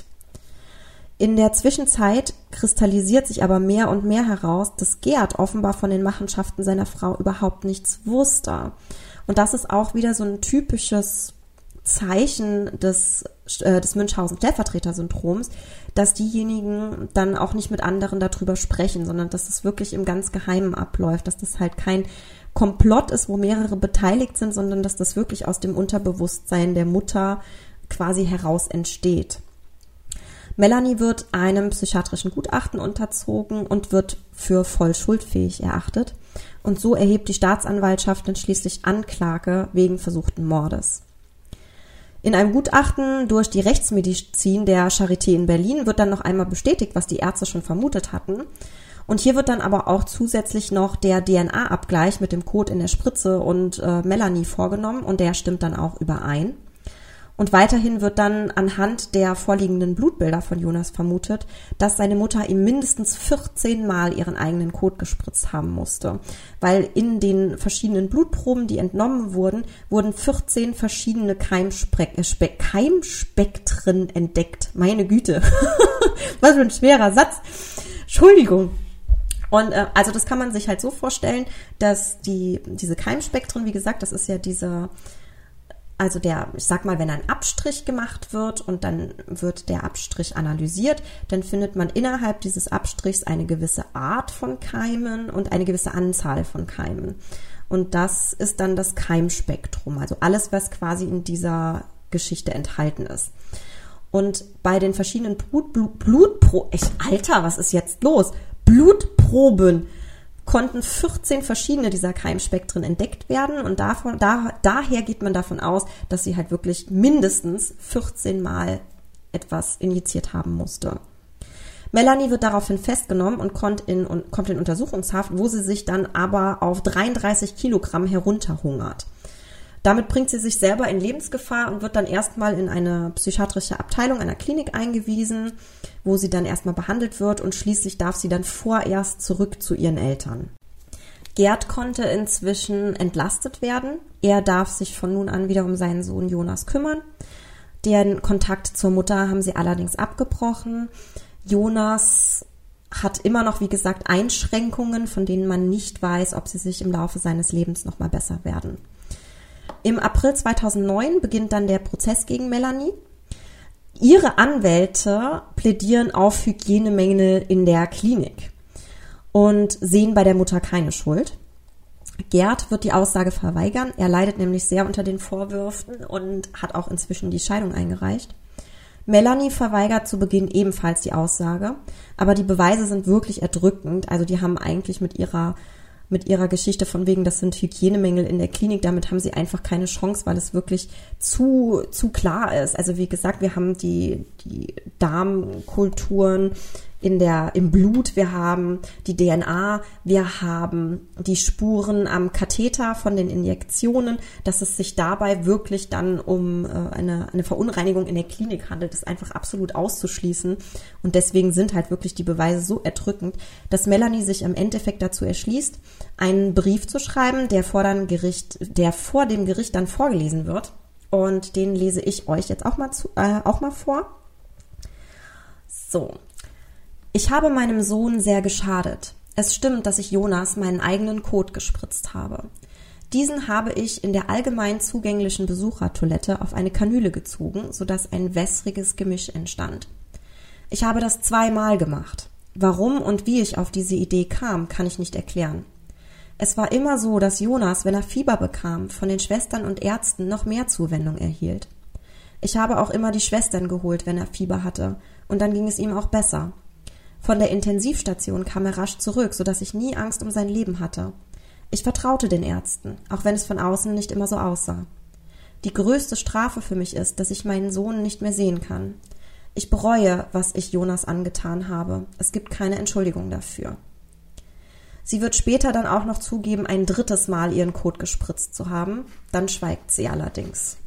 In der Zwischenzeit kristallisiert sich aber mehr und mehr heraus, dass Gerd offenbar von den Machenschaften seiner Frau überhaupt nichts wusste. Und das ist auch wieder so ein typisches Zeichen des, äh, des Münchhausen-Stellvertreter-Syndroms, dass diejenigen dann auch nicht mit anderen darüber sprechen, sondern dass das wirklich im ganz Geheimen abläuft, dass das halt kein Komplott ist, wo mehrere beteiligt sind, sondern dass das wirklich aus dem Unterbewusstsein der Mutter quasi heraus entsteht. Melanie wird einem psychiatrischen Gutachten unterzogen und wird für voll schuldfähig erachtet. Und so erhebt die Staatsanwaltschaft dann schließlich Anklage wegen versuchten Mordes. In einem Gutachten durch die Rechtsmedizin der Charité in Berlin wird dann noch einmal bestätigt, was die Ärzte schon vermutet hatten. Und hier wird dann aber auch zusätzlich noch der D N A-Abgleich mit dem Kot in der Spritze und äh, Melanie vorgenommen und der stimmt dann auch überein. Und weiterhin wird dann anhand der vorliegenden Blutbilder von Jonas vermutet, dass seine Mutter ihm mindestens vierzehn Mal ihren eigenen Kot gespritzt haben musste. Weil in den verschiedenen Blutproben, die entnommen wurden, wurden vierzehn verschiedene Keimspe- äh, Spe- Keimspektren entdeckt. Meine Güte, was für ein schwerer Satz. Entschuldigung. Und äh, also das kann man sich halt so vorstellen, dass die diese Keimspektren, wie gesagt, das ist ja diese... Also der, ich sag mal, wenn ein Abstrich gemacht wird und dann wird der Abstrich analysiert, dann findet man innerhalb dieses Abstrichs eine gewisse Art von Keimen und eine gewisse Anzahl von Keimen. Und das ist dann das Keimspektrum, also alles, was quasi in dieser Geschichte enthalten ist. Und bei den verschiedenen Blut, Blut, Blutproben, echt, Alter, was ist jetzt los? Blutproben konnten vierzehn verschiedene dieser Keimspektren entdeckt werden und davon, da, daher geht man davon aus, dass sie halt wirklich mindestens vierzehn Mal etwas injiziert haben musste. Melanie wird daraufhin festgenommen und kommt in, und kommt in Untersuchungshaft, wo sie sich dann aber auf dreiunddreißig Kilogramm herunterhungert. Damit bringt sie sich selber in Lebensgefahr und wird dann erstmal in eine psychiatrische Abteilung einer Klinik eingewiesen, wo sie dann erstmal behandelt wird und schließlich darf sie dann vorerst zurück zu ihren Eltern. Gerd konnte inzwischen entlastet werden. Er darf sich von nun an wieder um seinen Sohn Jonas kümmern. Den Kontakt zur Mutter haben sie allerdings abgebrochen. Jonas hat immer noch, wie gesagt, Einschränkungen, von denen man nicht weiß, ob sie sich im Laufe seines Lebens nochmal besser werden. Im April zweitausendneun beginnt dann der Prozess gegen Melanie. Ihre Anwälte plädieren auf Hygienemängel in der Klinik. und sehen bei der Mutter keine Schuld. Gerd wird die Aussage verweigern. Er leidet nämlich sehr unter den Vorwürfen und hat auch inzwischen die Scheidung eingereicht. Melanie verweigert zu Beginn ebenfalls die Aussage, aber die Beweise sind wirklich erdrückend. Also die haben eigentlich mit ihrer mit ihrer Geschichte von wegen, das sind Hygienemängel in der Klinik, damit haben sie einfach keine Chance, weil es wirklich zu zu klar ist. Also wie gesagt, wir haben die die Darmkulturen in der im Blut, wir haben die D N A, wir haben die Spuren am Katheter von den Injektionen, dass es sich dabei wirklich dann um äh, eine eine Verunreinigung in der Klinik handelt, ist einfach absolut auszuschließen. Und deswegen sind halt wirklich die Beweise so erdrückend, dass Melanie sich im Endeffekt dazu erschließt, einen Brief zu schreiben, der vor dem Gericht, der vor dem Gericht dann vorgelesen wird. Und den lese ich euch jetzt auch mal zu, äh, auch mal vor. So. Ich habe meinem Sohn sehr geschadet. Es stimmt, dass ich Jonas meinen eigenen Kot gespritzt habe. Diesen habe ich in der allgemein zugänglichen Besuchertoilette auf eine Kanüle gezogen, sodass ein wässriges Gemisch entstand. Ich habe das zweimal gemacht. Warum und wie ich auf diese Idee kam, kann ich nicht erklären. Es war immer so, dass Jonas, wenn er Fieber bekam, von den Schwestern und Ärzten noch mehr Zuwendung erhielt. Ich habe auch immer die Schwestern geholt, wenn er Fieber hatte, und dann ging es ihm auch besser. Von der Intensivstation kam er rasch zurück, sodass ich nie Angst um sein Leben hatte. Ich vertraute den Ärzten, auch wenn es von außen nicht immer so aussah. Die größte Strafe für mich ist, dass ich meinen Sohn nicht mehr sehen kann. Ich bereue, was ich Jonas angetan habe. Es gibt keine Entschuldigung dafür. Sie wird später dann auch noch zugeben, ein drittes Mal ihren Kot gespritzt zu haben. Dann schweigt sie allerdings.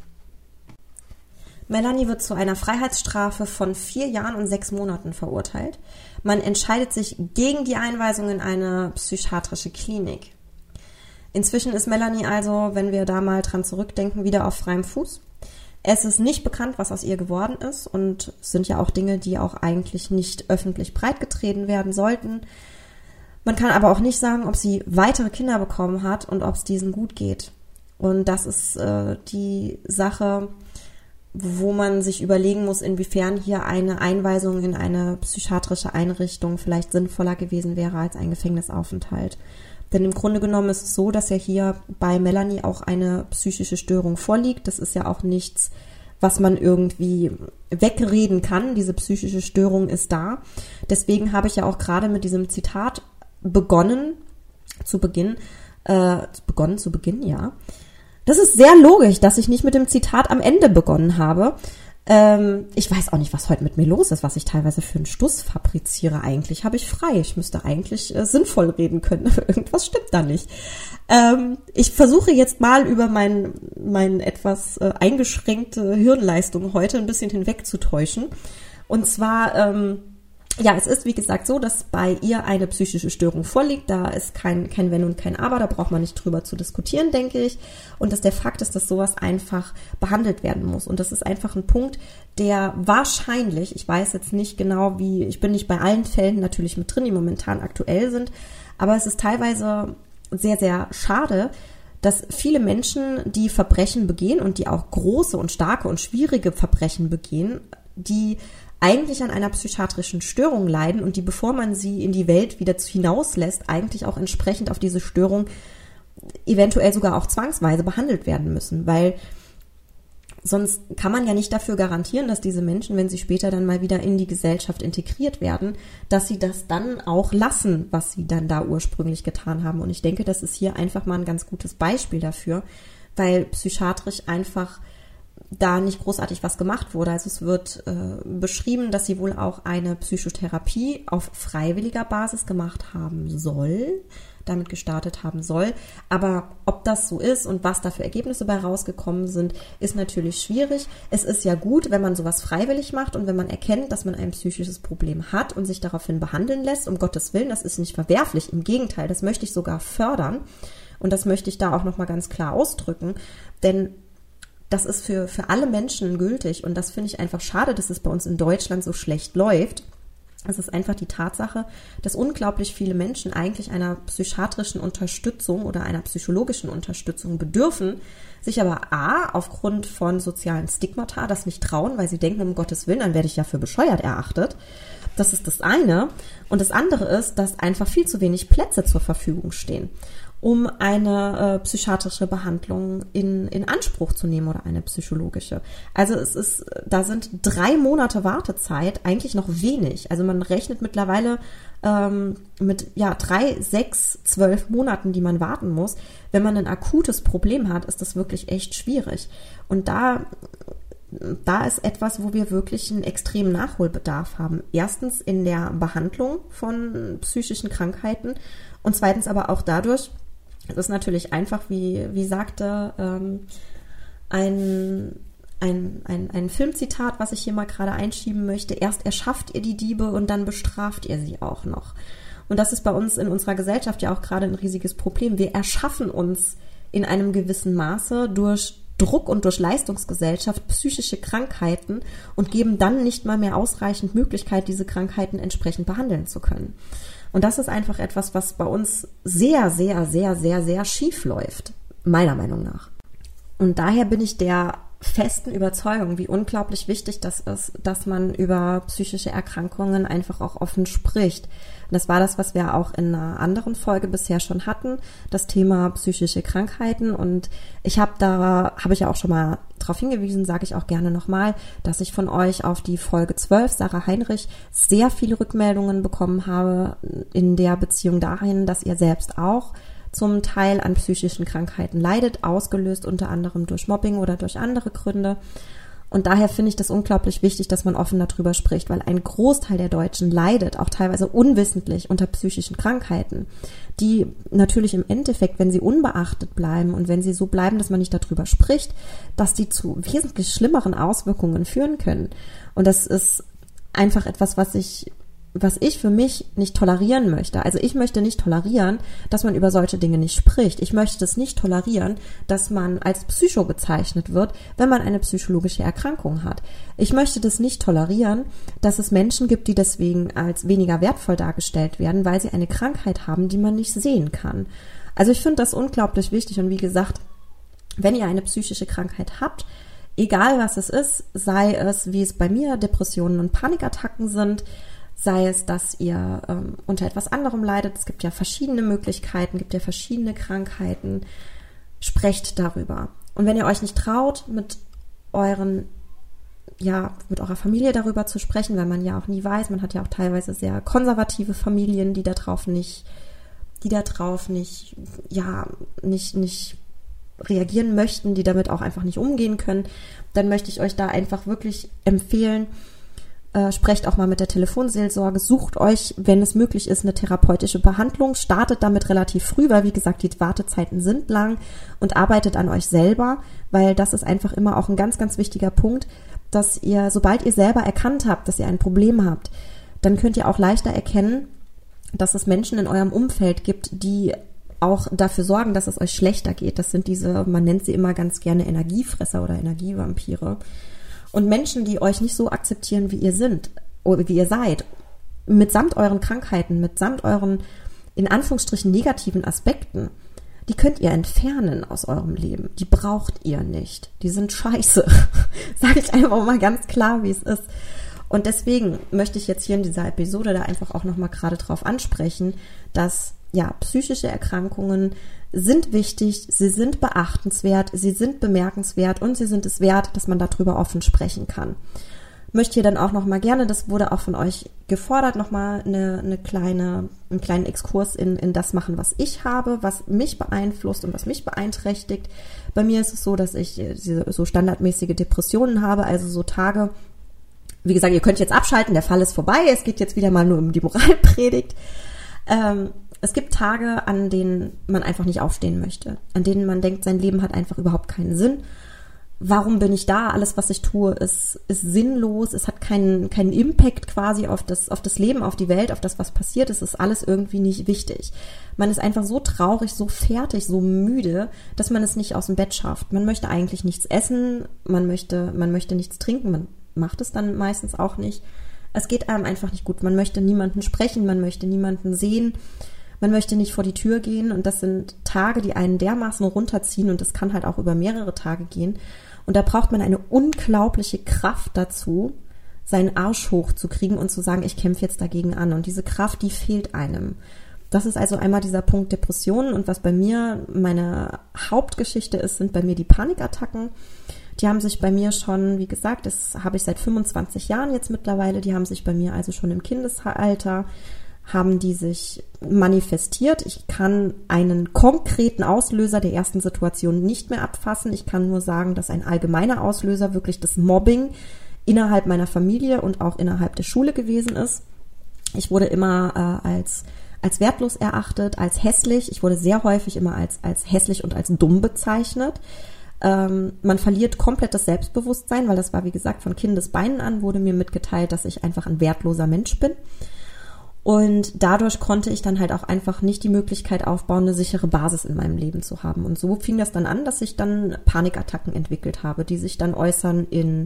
Melanie wird zu einer Freiheitsstrafe von vier Jahren und sechs Monaten verurteilt. Man entscheidet sich gegen die Einweisung in eine psychiatrische Klinik. Inzwischen ist Melanie also, wenn wir da mal dran zurückdenken, wieder auf freiem Fuß. Es ist nicht bekannt, was aus ihr geworden ist, und es sind ja auch Dinge, die auch eigentlich nicht öffentlich breitgetreten werden sollten. Man kann aber auch nicht sagen, ob sie weitere Kinder bekommen hat und ob es diesen gut geht. Und das ist äh, die Sache, wo man sich überlegen muss, inwiefern hier eine Einweisung in eine psychiatrische Einrichtung vielleicht sinnvoller gewesen wäre als ein Gefängnisaufenthalt. Denn im Grunde genommen ist es so, dass ja hier bei Melanie auch eine psychische Störung vorliegt. Das ist ja auch nichts, was man irgendwie wegreden kann. Diese psychische Störung ist da. Deswegen habe ich ja auch gerade mit diesem Zitat begonnen, zu Beginn, äh, begonnen zu Beginn, ja. Das ist sehr logisch, dass ich nicht mit dem Zitat am Ende begonnen habe. Ähm, ich weiß auch nicht, was heute mit mir los ist, was ich teilweise für einen Stuss fabriziere. Eigentlich habe ich frei. Ich müsste eigentlich äh, sinnvoll reden können, aber irgendwas stimmt da nicht. Ähm, ich versuche jetzt mal über mein, mein etwas äh, eingeschränkte Hirnleistung heute ein bisschen hinwegzutäuschen. Und zwar, ähm, ja, es ist wie gesagt so, dass bei ihr eine psychische Störung vorliegt. Da ist kein, kein Wenn und kein Aber, da braucht man nicht drüber zu diskutieren, denke ich. Und dass der Fakt ist, dass sowas einfach behandelt werden muss. Und das ist einfach ein Punkt, der wahrscheinlich, ich weiß jetzt nicht genau wie, ich bin nicht bei allen Fällen natürlich mit drin, die momentan aktuell sind, aber es ist teilweise sehr, sehr schade, dass viele Menschen, die Verbrechen begehen und die auch große und starke und schwierige Verbrechen begehen, die eigentlich an einer psychiatrischen Störung leiden und die, bevor man sie in die Welt wieder hinauslässt, eigentlich auch entsprechend auf diese Störung eventuell sogar auch zwangsweise behandelt werden müssen, weil sonst kann man ja nicht dafür garantieren, dass diese Menschen, wenn sie später dann mal wieder in die Gesellschaft integriert werden, dass sie das dann auch lassen, was sie dann da ursprünglich getan haben. Und ich denke, das ist hier einfach mal ein ganz gutes Beispiel dafür, weil psychiatrisch einfach da nicht großartig was gemacht wurde. Also es wird äh, beschrieben, dass sie wohl auch eine Psychotherapie auf freiwilliger Basis gemacht haben soll, damit gestartet haben soll. Aber ob das so ist und was da für Ergebnisse bei rausgekommen sind, ist natürlich schwierig. Es ist ja gut, wenn man sowas freiwillig macht und wenn man erkennt, dass man ein psychisches Problem hat und sich daraufhin behandeln lässt, um Gottes Willen, das ist nicht verwerflich. Im Gegenteil, das möchte ich sogar fördern. Und das möchte ich da auch nochmal ganz klar ausdrücken. Denn das ist für, für alle Menschen gültig und das finde ich einfach schade, dass es bei uns in Deutschland so schlecht läuft. Es ist einfach die Tatsache, dass unglaublich viele Menschen eigentlich einer psychiatrischen Unterstützung oder einer psychologischen Unterstützung bedürfen, sich aber a, aufgrund von sozialen Stigmata das nicht trauen, weil sie denken, um Gottes Willen, dann werde ich ja für bescheuert erachtet. Das ist das eine. Und das andere ist, dass einfach viel zu wenig Plätze zur Verfügung stehen, um eine äh, psychiatrische Behandlung in, in Anspruch zu nehmen oder eine psychologische. Also es ist, da sind drei Monate Wartezeit eigentlich noch wenig. Also man rechnet mittlerweile ähm, mit ja drei, sechs, zwölf Monaten, die man warten muss. Wenn man ein akutes Problem hat, ist das wirklich echt schwierig. Und da Da ist etwas, wo wir wirklich einen extremen Nachholbedarf haben. Erstens in der Behandlung von psychischen Krankheiten und zweitens aber auch dadurch, es ist natürlich einfach, wie, wie sagte ähm, ein, ein, ein, ein Filmzitat, was ich hier mal gerade einschieben möchte, erst erschafft ihr die Diebe und dann bestraft ihr sie auch noch. Und das ist bei uns in unserer Gesellschaft ja auch gerade ein riesiges Problem. Wir erschaffen uns in einem gewissen Maße durch Druck und durch Leistungsgesellschaft psychische Krankheiten und geben dann nicht mal mehr ausreichend Möglichkeit, diese Krankheiten entsprechend behandeln zu können. Und das ist einfach etwas, was bei uns sehr, sehr, sehr, sehr, sehr schief läuft, meiner Meinung nach. Und daher bin ich der festen Überzeugung, wie unglaublich wichtig das ist, dass man über psychische Erkrankungen einfach auch offen spricht. Und das war das, was wir auch in einer anderen Folge bisher schon hatten, das Thema psychische Krankheiten. Und ich habe da, habe ich ja auch schon mal darauf hingewiesen, sage ich auch gerne nochmal, dass ich von euch auf die Folge zwölf, Sarah Heinrich, sehr viele Rückmeldungen bekommen habe in der Beziehung dahin, dass ihr selbst auch zum Teil an psychischen Krankheiten leidet, ausgelöst unter anderem durch Mobbing oder durch andere Gründe. Und daher finde ich das unglaublich wichtig, dass man offen darüber spricht, weil ein Großteil der Deutschen leidet, auch teilweise unwissentlich, unter psychischen Krankheiten, die natürlich im Endeffekt, wenn sie unbeachtet bleiben und wenn sie so bleiben, dass man nicht darüber spricht, dass die zu wesentlich schlimmeren Auswirkungen führen können. Und das ist einfach etwas, was ich was ich für mich nicht tolerieren möchte. Also ich möchte nicht tolerieren, dass man über solche Dinge nicht spricht. Ich möchte es nicht tolerieren, dass man als Psycho bezeichnet wird, wenn man eine psychologische Erkrankung hat. Ich möchte das nicht tolerieren, dass es Menschen gibt, die deswegen als weniger wertvoll dargestellt werden, weil sie eine Krankheit haben, die man nicht sehen kann. Also ich finde das unglaublich wichtig und wie gesagt, wenn ihr eine psychische Krankheit habt, egal was es ist, sei es, wie es bei mir Depressionen und Panikattacken sind, sei es, dass ihr ähm, unter etwas anderem leidet. Es gibt ja verschiedene Möglichkeiten, gibt ja verschiedene Krankheiten. Sprecht darüber. Und wenn ihr euch nicht traut, mit euren, ja, mit eurer Familie darüber zu sprechen, weil man ja auch nie weiß, man hat ja auch teilweise sehr konservative Familien, die darauf nicht, die darauf nicht, ja, nicht, nicht reagieren möchten, die damit auch einfach nicht umgehen können, dann möchte ich euch da einfach wirklich empfehlen, Äh, sprecht auch mal mit der Telefonseelsorge, sucht euch, wenn es möglich ist, eine therapeutische Behandlung, startet damit relativ früh, weil wie gesagt, die Wartezeiten sind lang und arbeitet an euch selber, weil das ist einfach immer auch ein ganz, ganz wichtiger Punkt, dass ihr, sobald ihr selber erkannt habt, dass ihr ein Problem habt, dann könnt ihr auch leichter erkennen, dass es Menschen in eurem Umfeld gibt, die auch dafür sorgen, dass es euch schlechter geht. Das sind diese, man nennt sie immer ganz gerne Energiefresser oder Energievampire. Und Menschen, die euch nicht so akzeptieren, wie ihr sind oder wie ihr seid, mitsamt euren Krankheiten, mitsamt euren, in Anführungsstrichen, negativen Aspekten, die könnt ihr entfernen aus eurem Leben. Die braucht ihr nicht. Die sind scheiße. Sage ich einfach mal ganz klar, wie es ist. Und deswegen möchte ich jetzt hier in dieser Episode da einfach auch nochmal gerade drauf ansprechen, dass ja psychische Erkrankungen sind wichtig, sie sind beachtenswert, sie sind bemerkenswert und sie sind es wert, dass man darüber offen sprechen kann. Möchte hier dann auch nochmal gerne, das wurde auch von euch gefordert, nochmal eine, eine kleine, einen kleinen Exkurs in, in das machen, was ich habe, was mich beeinflusst und was mich beeinträchtigt. Bei mir ist es so, dass ich so standardmäßige Depressionen habe, also so Tage, wie gesagt, ihr könnt jetzt abschalten, der Fall ist vorbei, es geht jetzt wieder mal nur um die Moralpredigt. Ähm, Es gibt Tage, an denen man einfach nicht aufstehen möchte, an denen man denkt, sein Leben hat einfach überhaupt keinen Sinn. Warum bin ich da? Alles, was ich tue, ist, ist sinnlos. Es hat keinen, keinen Impact quasi auf das, auf das Leben, auf die Welt, auf das, was passiert ist. Es ist alles irgendwie nicht wichtig. Man ist einfach so traurig, so fertig, so müde, dass man es nicht aus dem Bett schafft. Man möchte eigentlich nichts essen, man möchte, man möchte nichts trinken, man macht es dann meistens auch nicht. Es geht einem einfach nicht gut. Man möchte niemanden sprechen, man möchte niemanden sehen. Man möchte nicht vor die Tür gehen und das sind Tage, die einen dermaßen runterziehen und das kann halt auch über mehrere Tage gehen. Und da braucht man eine unglaubliche Kraft dazu, seinen Arsch hochzukriegen und zu sagen, ich kämpfe jetzt dagegen an. Und diese Kraft, die fehlt einem. Das ist also einmal dieser Punkt Depressionen. Und was bei mir meine Hauptgeschichte ist, sind bei mir die Panikattacken. Die haben sich bei mir schon, wie gesagt, das habe ich seit fünfundzwanzig Jahren jetzt mittlerweile, die haben sich bei mir also schon im Kindesalter, haben die sich manifestiert. Ich kann einen konkreten Auslöser der ersten Situation nicht mehr abfassen. Ich kann nur sagen, dass ein allgemeiner Auslöser wirklich das Mobbing innerhalb meiner Familie und auch innerhalb der Schule gewesen ist. Ich wurde immer äh, als als wertlos erachtet, als hässlich. Ich wurde sehr häufig immer als als hässlich und als dumm bezeichnet. Ähm, man verliert komplett das Selbstbewusstsein, weil das war, wie gesagt, von Kindesbeinen an wurde mir mitgeteilt, dass ich einfach ein wertloser Mensch bin. Und dadurch konnte ich dann halt auch einfach nicht die Möglichkeit aufbauen, eine sichere Basis in meinem Leben zu haben. Und so fing das dann an, dass ich dann Panikattacken entwickelt habe, die sich dann äußern in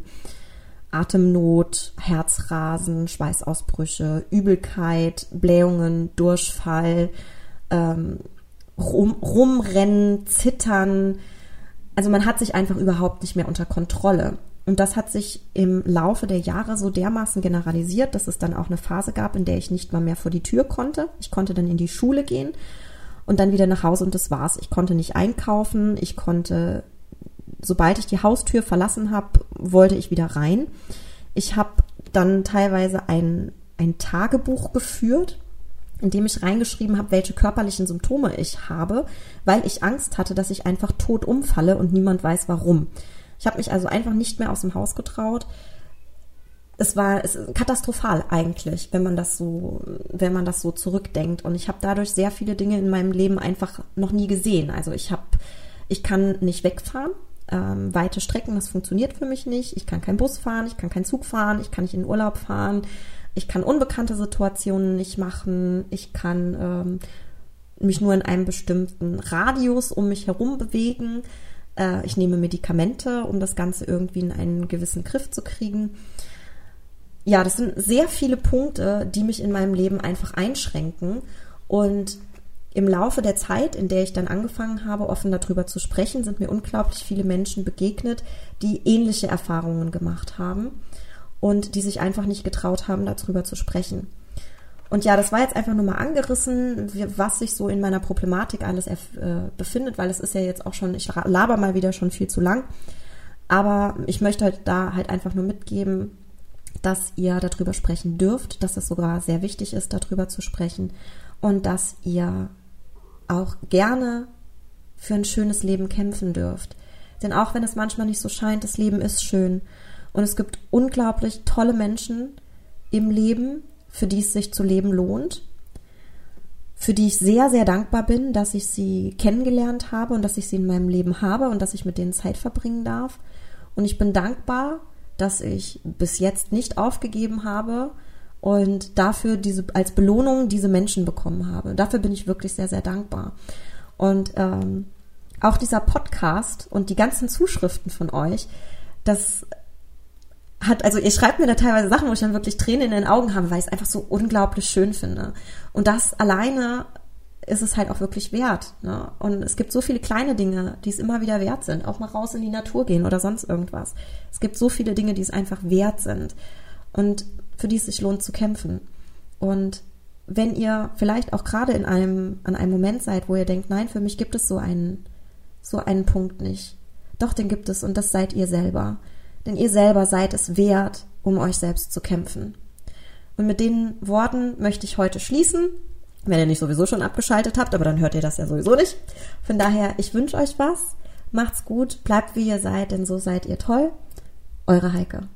Atemnot, Herzrasen, Schweißausbrüche, Übelkeit, Blähungen, Durchfall, ähm, rum, rumrennen, zittern. Also man hat sich einfach überhaupt nicht mehr unter Kontrolle. Und das hat sich im Laufe der Jahre so dermaßen generalisiert, dass es dann auch eine Phase gab, in der ich nicht mal mehr vor die Tür konnte. Ich konnte dann in die Schule gehen und dann wieder nach Hause und das war's. Ich konnte nicht einkaufen. Ich konnte, sobald ich die Haustür verlassen habe, wollte ich wieder rein. Ich habe dann teilweise ein, ein Tagebuch geführt, in dem ich reingeschrieben habe, welche körperlichen Symptome ich habe, weil ich Angst hatte, dass ich einfach tot umfalle und niemand weiß warum. Ich habe mich also einfach nicht mehr aus dem Haus getraut. Es war es ist katastrophal eigentlich, wenn man das so, wenn man das so zurückdenkt. Und ich habe dadurch sehr viele Dinge in meinem Leben einfach noch nie gesehen. Also ich habe, ich kann nicht wegfahren, ähm, weite Strecken, das funktioniert für mich nicht. Ich kann keinen Bus fahren, ich kann keinen Zug fahren, ich kann nicht in den Urlaub fahren, ich kann unbekannte Situationen nicht machen, ich kann ähm, mich nur in einem bestimmten Radius um mich herum bewegen. Ich nehme Medikamente, um das Ganze irgendwie in einen gewissen Griff zu kriegen. Ja, das sind sehr viele Punkte, die mich in meinem Leben einfach einschränken. Und im Laufe der Zeit, in der ich dann angefangen habe, offen darüber zu sprechen, sind mir unglaublich viele Menschen begegnet, die ähnliche Erfahrungen gemacht haben und die sich einfach nicht getraut haben, darüber zu sprechen. Und ja, das war jetzt einfach nur mal angerissen, was sich so in meiner Problematik alles äh, befindet, weil es ist ja jetzt auch schon, ich laber mal wieder schon viel zu lang, aber ich möchte halt da halt einfach nur mitgeben, dass ihr darüber sprechen dürft, dass es sogar sehr wichtig ist, darüber zu sprechen und dass ihr auch gerne für ein schönes Leben kämpfen dürft. Denn auch wenn es manchmal nicht so scheint, das Leben ist schön und es gibt unglaublich tolle Menschen im Leben, für die es sich zu leben lohnt, für die ich sehr, sehr dankbar bin, dass ich sie kennengelernt habe und dass ich sie in meinem Leben habe und dass ich mit denen Zeit verbringen darf. Und ich bin dankbar, dass ich bis jetzt nicht aufgegeben habe und dafür diese als Belohnung diese Menschen bekommen habe. Dafür bin ich wirklich sehr, sehr dankbar. Und ähm, auch dieser Podcast und die ganzen Zuschriften von euch, das hat, also ihr schreibt mir da teilweise Sachen, wo ich dann wirklich Tränen in den Augen habe, weil ich es einfach so unglaublich schön finde. Und das alleine ist es halt auch wirklich wert. Ne? Und es gibt so viele kleine Dinge, die es immer wieder wert sind. Auch mal raus in die Natur gehen oder sonst irgendwas. Es gibt so viele Dinge, die es einfach wert sind und für die es sich lohnt zu kämpfen. Und wenn ihr vielleicht auch gerade in einem, an einem Moment seid, wo ihr denkt, nein, für mich gibt es so einen, so einen Punkt nicht. Doch, den gibt es und das seid ihr selber. Denn ihr selber seid es wert, um euch selbst zu kämpfen. Und mit den Worten möchte ich heute schließen, wenn ihr nicht sowieso schon abgeschaltet habt, aber dann hört ihr das ja sowieso nicht. Von daher, ich wünsche euch was, macht's gut, bleibt wie ihr seid, denn so seid ihr toll. Eure Heike.